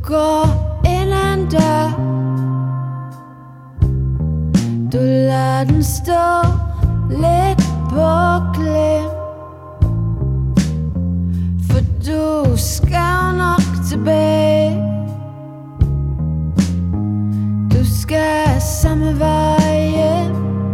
går ind ad en dør, du lader den stå lidt på klem, for du skal nok tilbage. Du skal samme vej hjem.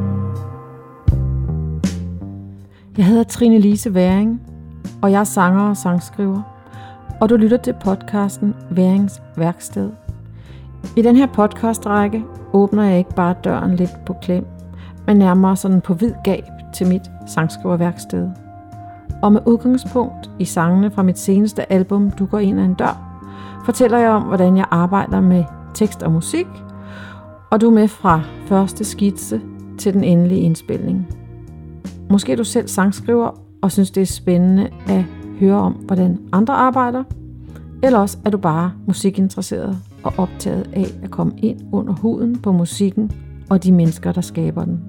Jeg hedder Trine Lise Væring, og jeg er sanger og sangskriver, og du lytter til podcasten Værings Værksted. I den her podcastrække åbner jeg ikke bare døren lidt på klem, men nærmere sådan på vid gab til mit sangskriverværksted. Og med udgangspunkt i sangene fra mit seneste album Du går ind ad en dør, fortæller jeg om, hvordan jeg arbejder med tekst og musik, og du er med fra første skitse til den endelige indspilning. Måske er du selv sangskriver og synes, det er spændende at høre om, hvordan andre arbejder, eller også er du bare musikinteresseret og optaget af at komme ind under huden på musikken og de mennesker, der skaber den.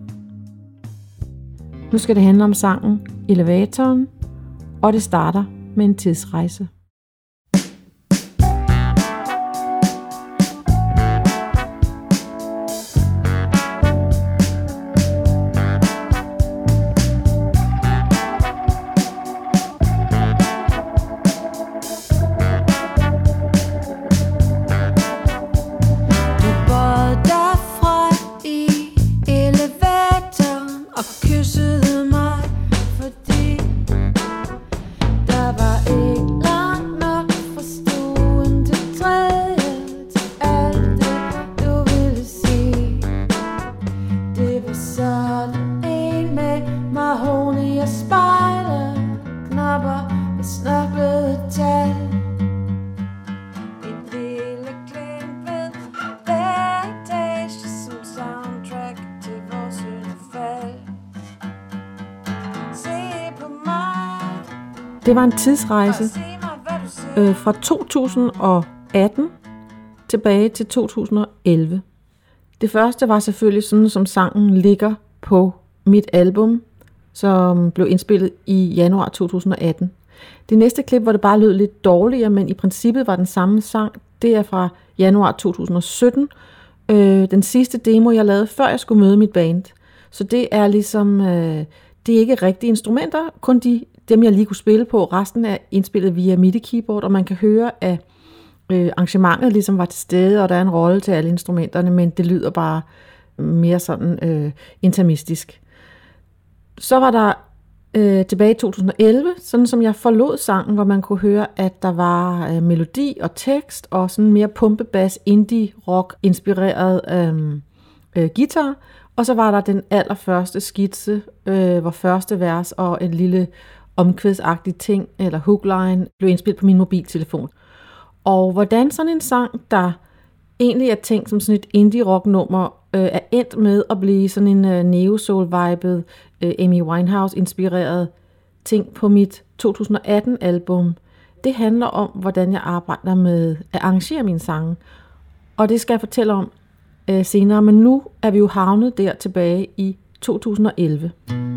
Nu skal det handle om sangen Elevatoren, og det starter med en tidsrejse. Det var en tidsrejse fra 2018 tilbage til 2011. Det første var selvfølgelig sådan, som sangen ligger på mit album, som blev indspillet i januar 2018. Det næste klip, hvor det bare lød lidt dårligere, men i princippet var den samme sang, det er fra januar 2017. Den sidste demo, jeg lavede, før jeg skulle møde mit band. Så det er ligesom, det er ikke rigtige instrumenter, kun dem jeg lige kunne spille på. Resten er indspillet via MIDI-keyboard, og man kan høre, at arrangementet ligesom var til stede, og der er en rolle til alle instrumenterne, men det lyder bare mere sådan intimistisk. Så var der tilbage i 2011, sådan som jeg forlod sangen, hvor man kunne høre, at der var melodi og tekst, og sådan mere pumpebas, indie-rock inspireret guitar. Og så var der den allerførste skitse, hvor første vers og en lille omkvædsagtig ting, eller hookline, blev indspillet på min mobiltelefon. Og hvordan sådan en sang, der egentlig er tænkt som sådan et indie-rock-nummer, er endt med at blive sådan en neo-soul-vibet, Amy Winehouse-inspireret ting på mit 2018-album. Det handler om, hvordan jeg arbejder med at arrangere mine sange. Og det skal jeg fortælle om senere, men nu er vi jo havnet der tilbage i 2011.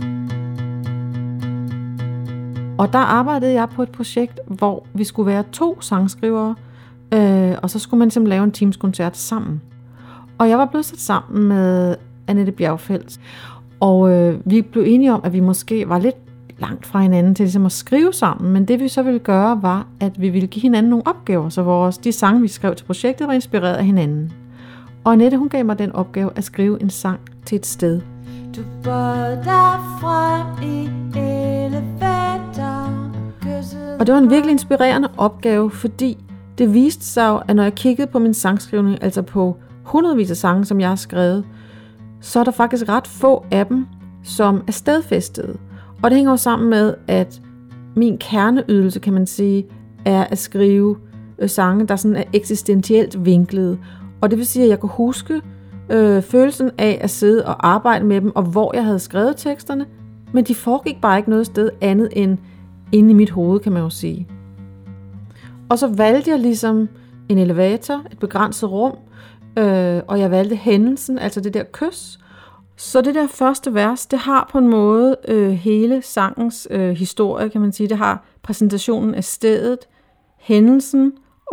Og der arbejdede jeg på et projekt, hvor vi skulle være 2 sangskrivere, og så skulle man simpelthen lave en teamskoncert sammen. Og jeg var blevet sat sammen med Annette Bjergfeldt, og vi blev enige om, at vi måske var lidt langt fra hinanden til ligesom at skrive sammen, men det vi så ville gøre, var, at vi ville give hinanden nogle opgaver, så de sange, vi skrev til projektet, var inspireret af hinanden. Og Annette, hun gav mig den opgave at skrive en sang til et sted. Du bøjede dig frem i elevatoren. Og det var en virkelig inspirerende opgave, fordi det viste sig, at når jeg kiggede på min sangskrivning, altså på hundredvis af sange, som jeg har skrevet, så er der faktisk ret få af dem, som er stedfæstede. Og det hænger jo sammen med, at min kerneydelse, kan man sige, er at skrive sange, der sådan er eksistentielt vinklede. Og det vil sige, at jeg kunne huske følelsen af at sidde og arbejde med dem, og hvor jeg havde skrevet teksterne, men de foregik bare ikke noget sted andet end inde i mit hoved, kan man jo sige. Og så valgte jeg ligesom en elevator, et begrænset rum, og jeg valgte hændelsen, altså det der kys. Så det der første vers, det har på en måde hele sangens historie, kan man sige. Det har præsentationen af stedet, hændelsen og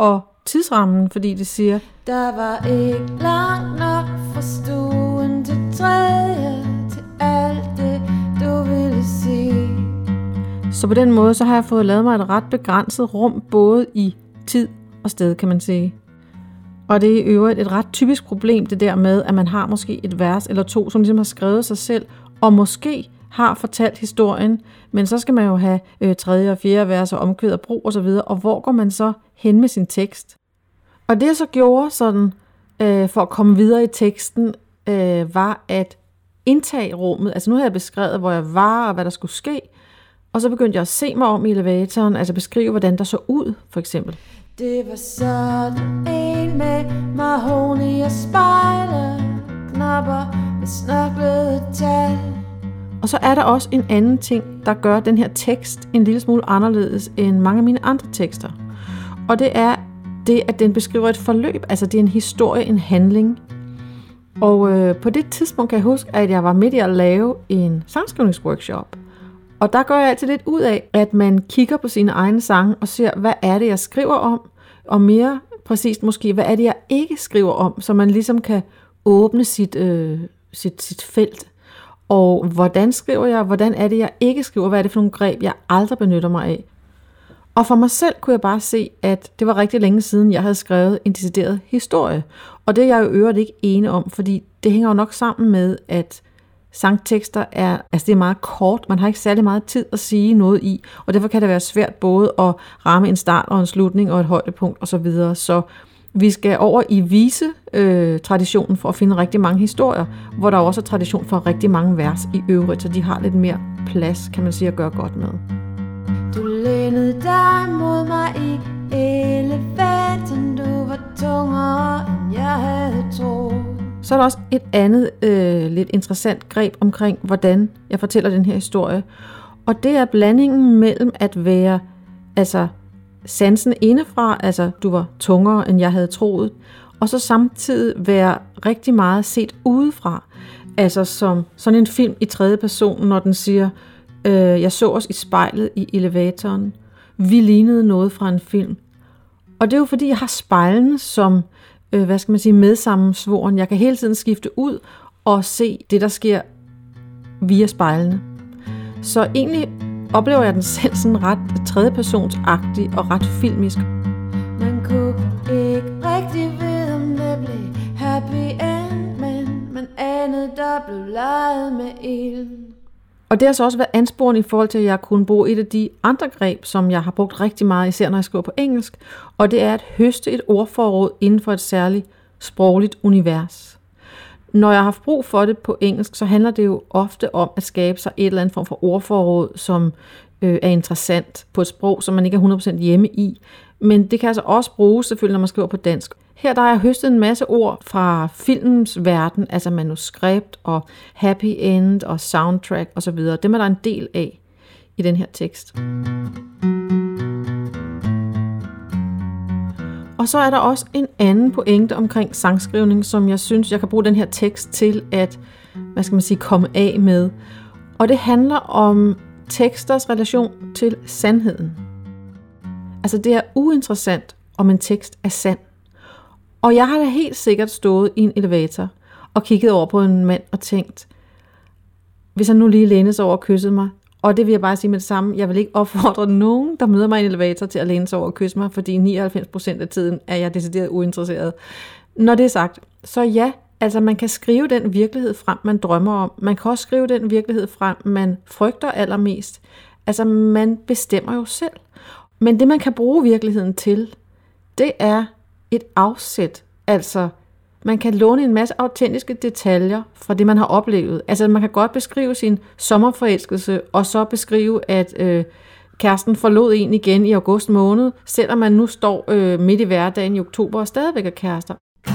tidsrammen, fordi det siger, der var ikke langt nok fra stuen til tredje, til alt det, du ville sige. Så på den måde, så har jeg fået lavet mig et ret begrænset rum, både i tid og sted, kan man sige. Og det er i øvrigt et ret typisk problem, det der med, at man har måske et vers eller to, som ligesom har skrevet sig selv, og måske har fortalt historien, men så skal man jo have tredje og fjerde vers og omkvæd og brug og så videre, og hvor går man så hen med sin tekst? Og det jeg så gjorde sådan, for at komme videre i teksten, var at indtage rummet. Altså nu har jeg beskrevet, hvor jeg var og hvad der skulle ske, og så begyndte jeg at se mig om i elevatoren, altså beskrive, hvordan der så ud, for eksempel. Det var sådan en med mahogni og spejle, knapper med snørklede tal. Og så er der også en anden ting, der gør den her tekst en lille smule anderledes end mange af mine andre tekster. Og det er det, at den beskriver et forløb, altså det er en historie, en handling. Og på det tidspunkt kan jeg huske, at jeg var midt i at lave en sangskrivningsworkshop. Og der går jeg altid lidt ud af, at man kigger på sine egne sange og ser, hvad er det, jeg skriver om, og mere præcist måske, hvad er det, jeg ikke skriver om, så man ligesom kan åbne sit felt. Og hvordan skriver jeg, hvordan er det, jeg ikke skriver, hvad er det for nogle greb, jeg aldrig benytter mig af. Og for mig selv kunne jeg bare se, at det var rigtig længe siden, jeg havde skrevet en decideret historie. Og det er jeg jo øvrigt ikke ene om, fordi det hænger jo nok sammen med, at sangtekster det er meget kort. Man har ikke særlig meget tid at sige noget i, og derfor kan det være svært både at ramme en start og en slutning og et højdepunkt osv. Så vi skal over i vise-traditionen for at finde rigtig mange historier, hvor der også er tradition for rigtig mange vers i øvrigt, så de har lidt mere plads, kan man sige, at gøre godt med. Du lænede dig mod mig i elevatoren, du var tungere, end jeg havde troet. Så er der også et andet lidt interessant greb omkring, hvordan jeg fortæller den her historie. Og det er blandingen mellem at være sansen indefra, altså du var tungere, end jeg havde troet, og så samtidig være rigtig meget set udefra. Altså som sådan en film i tredje person, når den siger, jeg så os i spejlet i elevatoren. Vi lignede noget fra en film. Og det er jo fordi, jeg har spejlene som medsammensvoren. Jeg kan hele tiden skifte ud og se det, der sker via spejlene. Så egentlig oplever jeg den selv sådan ret tredjepersonsagtig og ret filmisk. Man kunne ikke rigtig vide, om det blev happy end, men man anede, der blev leget med ilden. Og det har så også været ansporende i forhold til, at jeg kunne bruge et af de andre greb, som jeg har brugt rigtig meget, især når jeg skriver på engelsk, og det er at høste et ordforråd inden for et særligt sprogligt univers. Når jeg har haft brug for det på engelsk, så handler det jo ofte om at skabe sig et eller andet form for ordforråd, som er interessant på et sprog, som man ikke er 100% hjemme i. Men det kan altså også bruges selvfølgelig, når man skriver på dansk. Her der har jeg høstet en masse ord fra filmens verden, altså manuskript og happy end og soundtrack osv. Dem er der en del af i den her tekst. Og så er der også en anden pointe omkring sangskrivning, som jeg synes, jeg kan bruge den her tekst til at, komme af med. Og det handler om teksters relation til sandheden. Altså det er uinteressant, om en tekst er sand. Og jeg har da helt sikkert stået i en elevator og kigget over på en mand og tænkt, hvis han nu lige lænede sig over og kyssede mig, og det vil jeg bare sige med det samme, jeg vil ikke opfordre nogen, der møder mig i en elevator til at læne sig over og kysse mig, fordi 99% af tiden er jeg decideret uinteresseret. Når det er sagt, så ja, altså man kan skrive den virkelighed frem, man drømmer om. Man kan også skrive den virkelighed frem, man frygter allermest. Altså man bestemmer jo selv. Men det man kan bruge virkeligheden til, det er et afsæt. Altså man kan låne en masse autentiske detaljer fra det, man har oplevet. Altså man kan godt beskrive sin sommerforelskelse, og så beskrive, at kæresten forlod en igen i august måned, selvom man nu står midt i hverdagen i oktober og stadigvæk er kærester.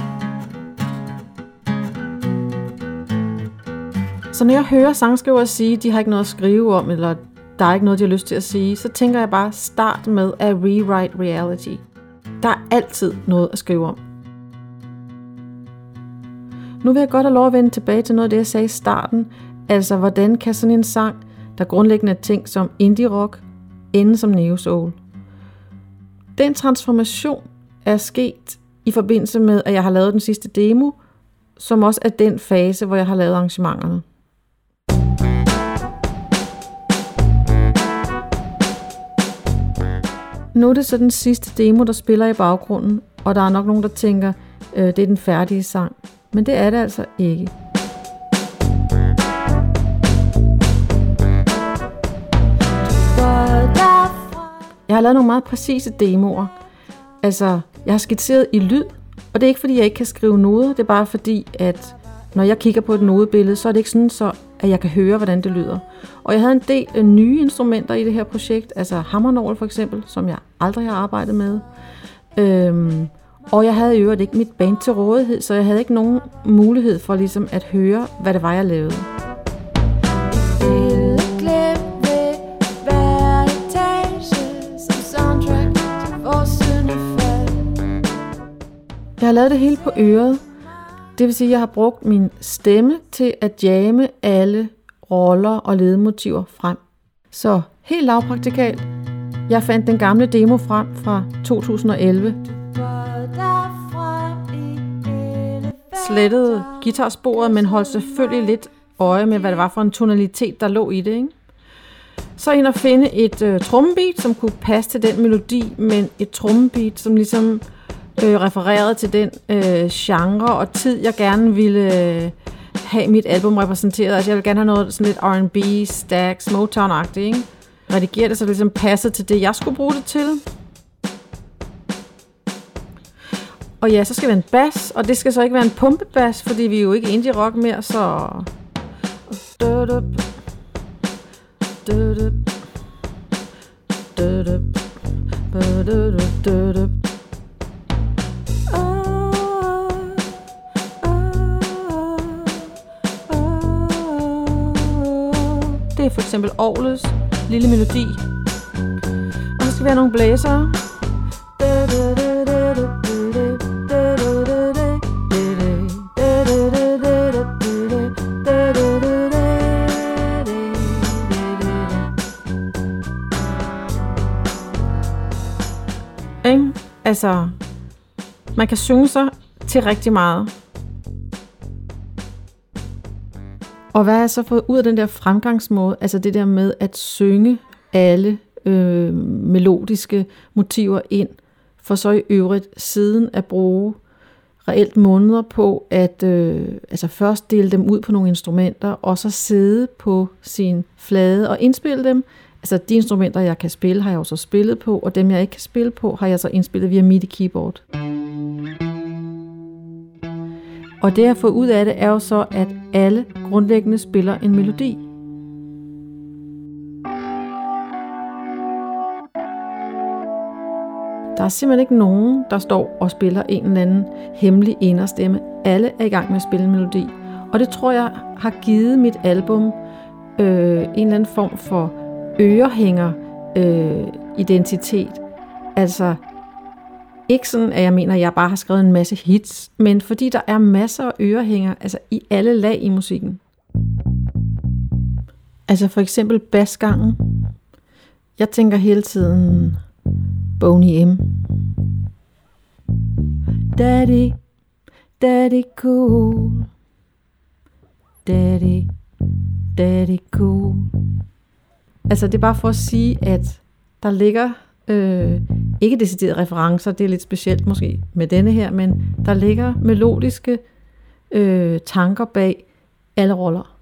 Så når jeg hører sangskrivere sige, at de har ikke noget at skrive om, eller der er ikke noget, de har lyst til at sige, så tænker jeg bare, start med at rewrite reality. Der er altid noget at skrive om. Nu vil jeg godt have lov at vende tilbage til noget af det, jeg sagde i starten. Altså, hvordan kan sådan en sang, der grundlæggende er ting som indie rock, ende som neo soul? Den transformation er sket i forbindelse med, at jeg har lavet den sidste demo, som også er den fase, hvor jeg har lavet arrangementerne. Nu er det så den sidste demo, der spiller i baggrunden, og der er nok nogen, der tænker, det er den færdige sang. Men det er det altså ikke. Jeg har lavet nogle meget præcise demoer. Altså, jeg har skitseret i lyd, og det er ikke fordi, jeg ikke kan skrive noder. Det er bare fordi, at når jeg kigger på et nodebillede, så er det ikke sådan, så, at jeg kan høre, hvordan det lyder. Og jeg havde en del nye instrumenter i det her projekt, altså hammernorgel for eksempel, som jeg aldrig har arbejdet med. Og jeg havde i øvrigt ikke mit band til rådighed, så jeg havde ikke nogen mulighed for ligesom at høre, hvad det var, jeg lavede. Jeg har lavet det hele på øret. Det vil sige, at jeg har brugt min stemme til at jamme alle roller og ledemotiver frem. Så helt lavpraktikalt. Jeg fandt den gamle demo frem fra 2011. Slettede guitarsporet, men holdt selvfølgelig lidt øje med, hvad det var for en tonalitet, der lå i det, ikke? Så ind og finde et trommebeat, som kunne passe til den melodi, men et trommebeat, som ligesom refererede til den genre og tid, jeg gerne ville have mit album repræsenteret. Altså jeg ville gerne have noget sådan lidt R&B, Stax, Motown-agtigt, ikke? Redigere det, så det ligesom passede til det, jeg skulle bruge det til. Og ja, så skal det være en bas, og det skal så ikke være en pumpebas, fordi vi er jo ikke indie rock mere, så... Det er for eksempel orglets lille melodi. Og så skal vi have nogle blæsere. Altså, man kan synge sig til rigtig meget. Og hvad har jeg så fået ud af den der fremgangsmåde? Altså det der med at synge alle melodiske motiver ind, for så i øvrigt siden at bruge reelt måneder på at altså først dele dem ud på nogle instrumenter, og så sidde på sin flade og indspille dem. Altså de instrumenter, jeg kan spille, har jeg også spillet på, og dem, jeg ikke kan spille på, har jeg så indspillet via MIDI-keyboard. Og det, jeg har fået ud af det, er jo så, at alle grundlæggende spiller en melodi. Der er simpelthen ikke nogen, der står og spiller en eller anden hemmelig inderstemme. Alle er i gang med at spille en melodi. Og det tror jeg har givet mit album en eller anden form for ørehænger identitet. Altså ikke sådan, at jeg mener, at jeg bare har skrevet en masse hits, men fordi der er masser af ørehænger, altså i alle lag i musikken. Altså for eksempel basgangen. Jeg tænker hele tiden Boney M. Daddy, daddy cool. Daddy, daddy cool. Altså det er bare for at sige, at der ligger ikke deciderede referencer, det er lidt specielt måske med denne her, men der ligger melodiske tanker bag alle roller.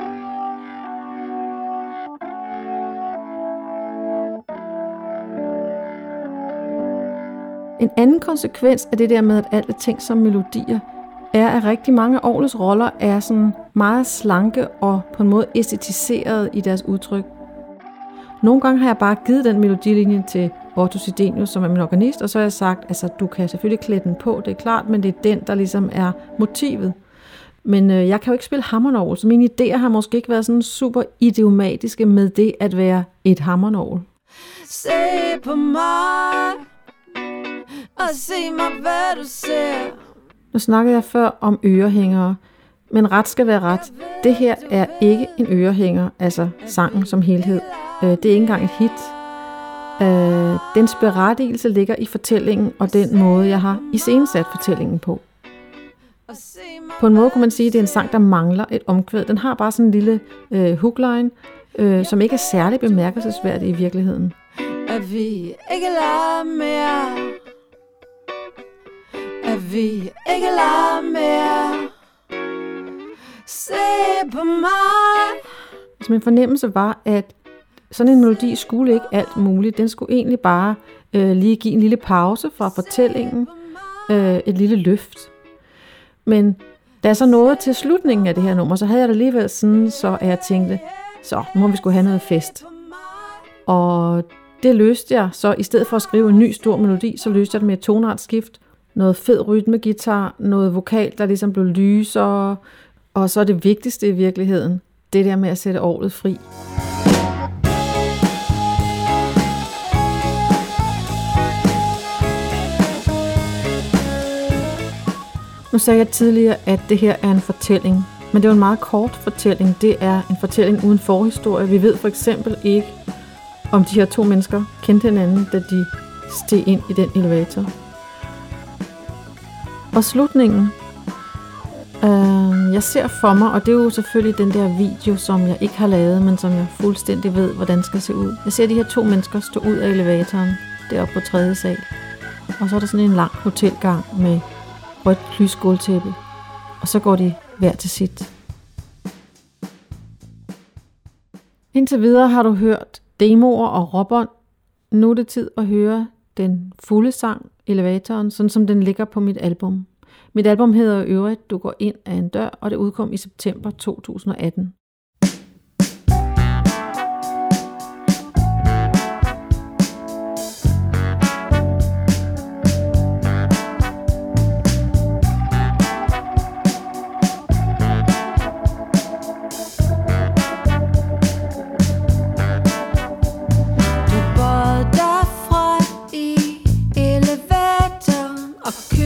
En anden konsekvens af det der med, at alt er tænkt som melodier, er, at rigtig mange af orglets roller er sådan meget slanke og på en måde æstetiseret i deres udtryk. Nogle gange har jeg bare givet den melodilinje til Otto Sidenius, som er min organist, og så har jeg sagt, altså du kan selvfølgelig klæde den på, det er klart, men det er den, der ligesom er motivet. Men jeg kan jo ikke spille hammernorgel, så mine idéer har måske ikke været sådan super idiomatiske med det at være et hammernorgel. Se på mig og se mig, hvad du ser. Nu snakkede jeg før om ørehængere, men ret skal være ret. Det her er ikke en ørehænger, altså sangen som helhed. Det er ikke engang et hit. Dens berettigelse ligger i fortællingen og den måde, jeg har iscenesat fortællingen på. På en måde kunne man sige, at det er en sang, der mangler et omkvæd. Den har bare sådan en lille hookline, som ikke er særlig bemærkelsesværdig i virkeligheden. At vi ikke lader mere. At vi ikke lader mere. Se på mig. Altså min fornemmelse var, at sådan en melodi skulle ikke alt muligt. Den skulle egentlig bare lige give en lille pause fra fortællingen. Et lille løft. Men da jeg så nåede til slutningen af det her nummer, så havde jeg det alligevel sådan, så jeg tænkte, så nu må vi skulle have noget fest. Og det løste jeg, så i stedet for at skrive en ny stor melodi, så løste jeg det med et toneartskift. Noget fed rytmegitar, noget vokal, der ligesom blev lysere. Og så det vigtigste i virkeligheden, det der med at sætte orglet fri. Nu sagde jeg tidligere, at det her er en fortælling, men det er jo en meget kort fortælling. Det er en fortælling uden forhistorie. Vi ved for eksempel ikke, om de her to mennesker kendte hinanden, da de steg ind i den elevator. Og slutningen, jeg ser for mig, og det er jo selvfølgelig den der video, som jeg ikke har lavet, men som jeg fuldstændig ved, hvordan skal se ud. Jeg ser de her to mennesker stå ud af elevatoren, deroppe på 3. sal. Og så er der sådan en lang hotelgang med rødt lysgulvtæppe, og så går de hver til sit. Indtil videre har du hørt demoer og råbånd. Nu er det tid at høre den fulde sang, Elevatoren, sådan som den ligger på mit album. Mit album hedder Øvrigt, Du går ind af en dør, og det udkom i september 2018.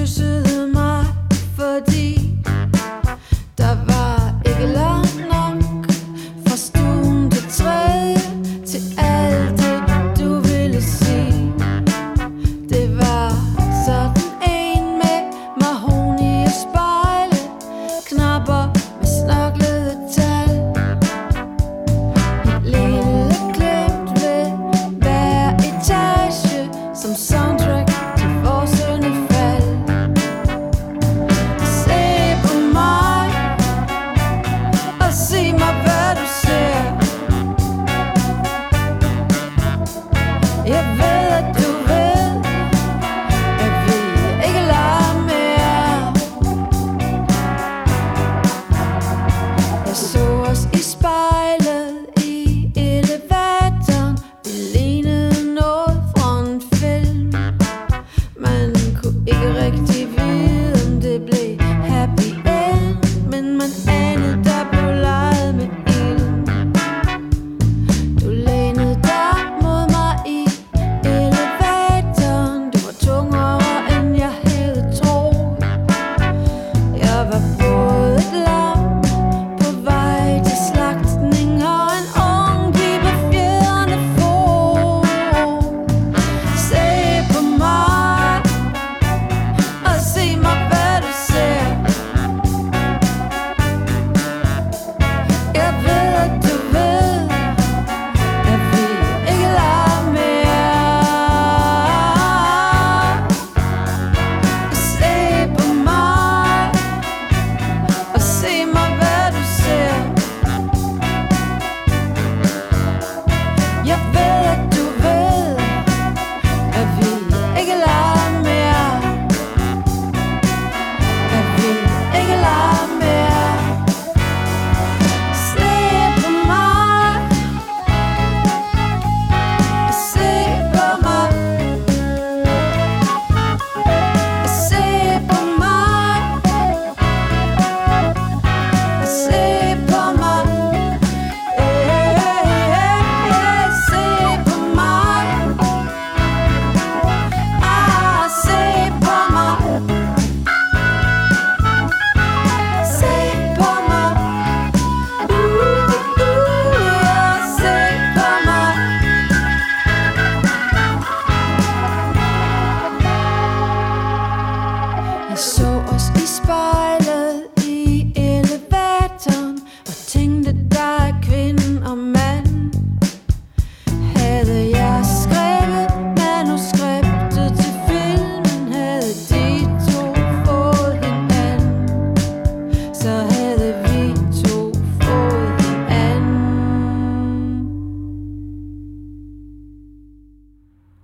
Der var ikke langt nok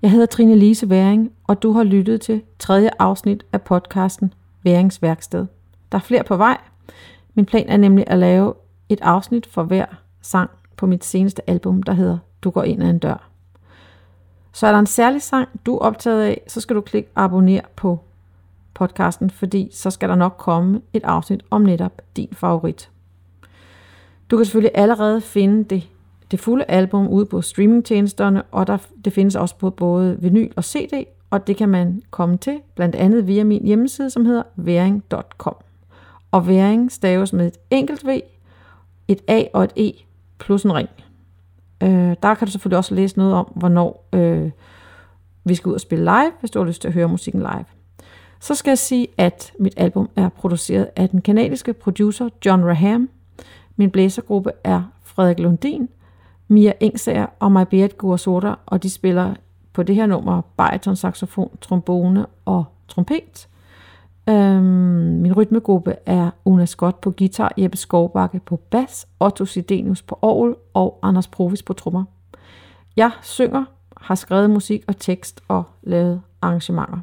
Jeg hedder Trine Lise Væring, og du har lyttet til 3. afsnit af podcasten Værings Værksted. Der er flere på vej. Min plan er nemlig at lave et afsnit for hver sang på mit seneste album, der hedder Du går ind ad en dør. Så er der en særlig sang, du er optaget af, så skal du klikke abonner på podcasten, fordi så skal der nok komme et afsnit om netop din favorit. Du kan selvfølgelig allerede finde det fulde album ude på streamingtjenesterne, og det findes også på både vinyl og CD, og det kan man komme til, blandt andet via min hjemmeside, som hedder væring.com. Og Væring staves med et enkelt V, et A og et E plus en ring. Der kan du selvfølgelig også læse noget om, hvornår vi skal ud og spille live, hvis du har lyst til at høre musikken live. Så skal jeg sige, at mit album er produceret af den kanadiske producer John Raham. Min blæsergruppe er Frederik Lundin, Mia Engsager og Maj-Berit Guasoda, og de spiller på det her nummer bariton, saxofon, trombone og trompet. Min rytmegruppe er Una Scott på guitar, Jeppe Skovbakke på bas, Otto Sidenius på orgel og Anders Provis på trommer. Jeg synger, har skrevet musik og tekst og lavet arrangementer.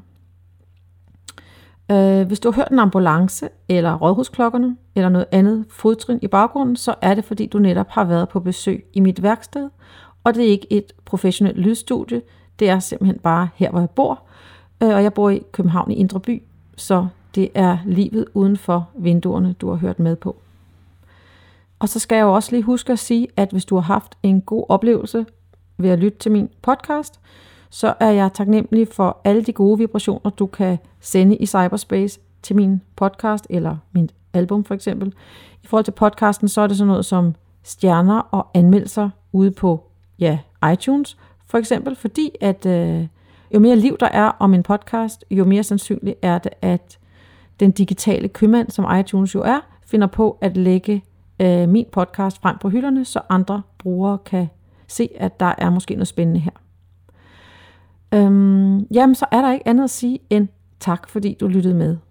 Hvis du har hørt en ambulance eller rådhusklokkerne eller noget andet fodtrin i baggrunden, så er det fordi du netop har været på besøg i mit værksted, og det er ikke et professionelt lydstudie, det er simpelthen bare her, hvor jeg bor, og jeg bor i København i Indre By, så det er livet uden for vinduerne, du har hørt med på. Og så skal jeg jo også lige huske at sige, at hvis du har haft en god oplevelse ved at lytte til min podcast, så er jeg taknemmelig for alle de gode vibrationer, du kan sende i cyberspace til min podcast eller min album for eksempel. I forhold til podcasten, så er det sådan noget som stjerner og anmeldelser ude på iTunes for eksempel, fordi at jo mere liv der er om en podcast, jo mere sandsynligt er det, at den digitale købmand, som iTunes jo er, finder på at lægge min podcast frem på hylderne, så andre brugere kan se, at der er måske noget spændende her. Jamen, så er der ikke andet at sige end tak, fordi du lyttede med.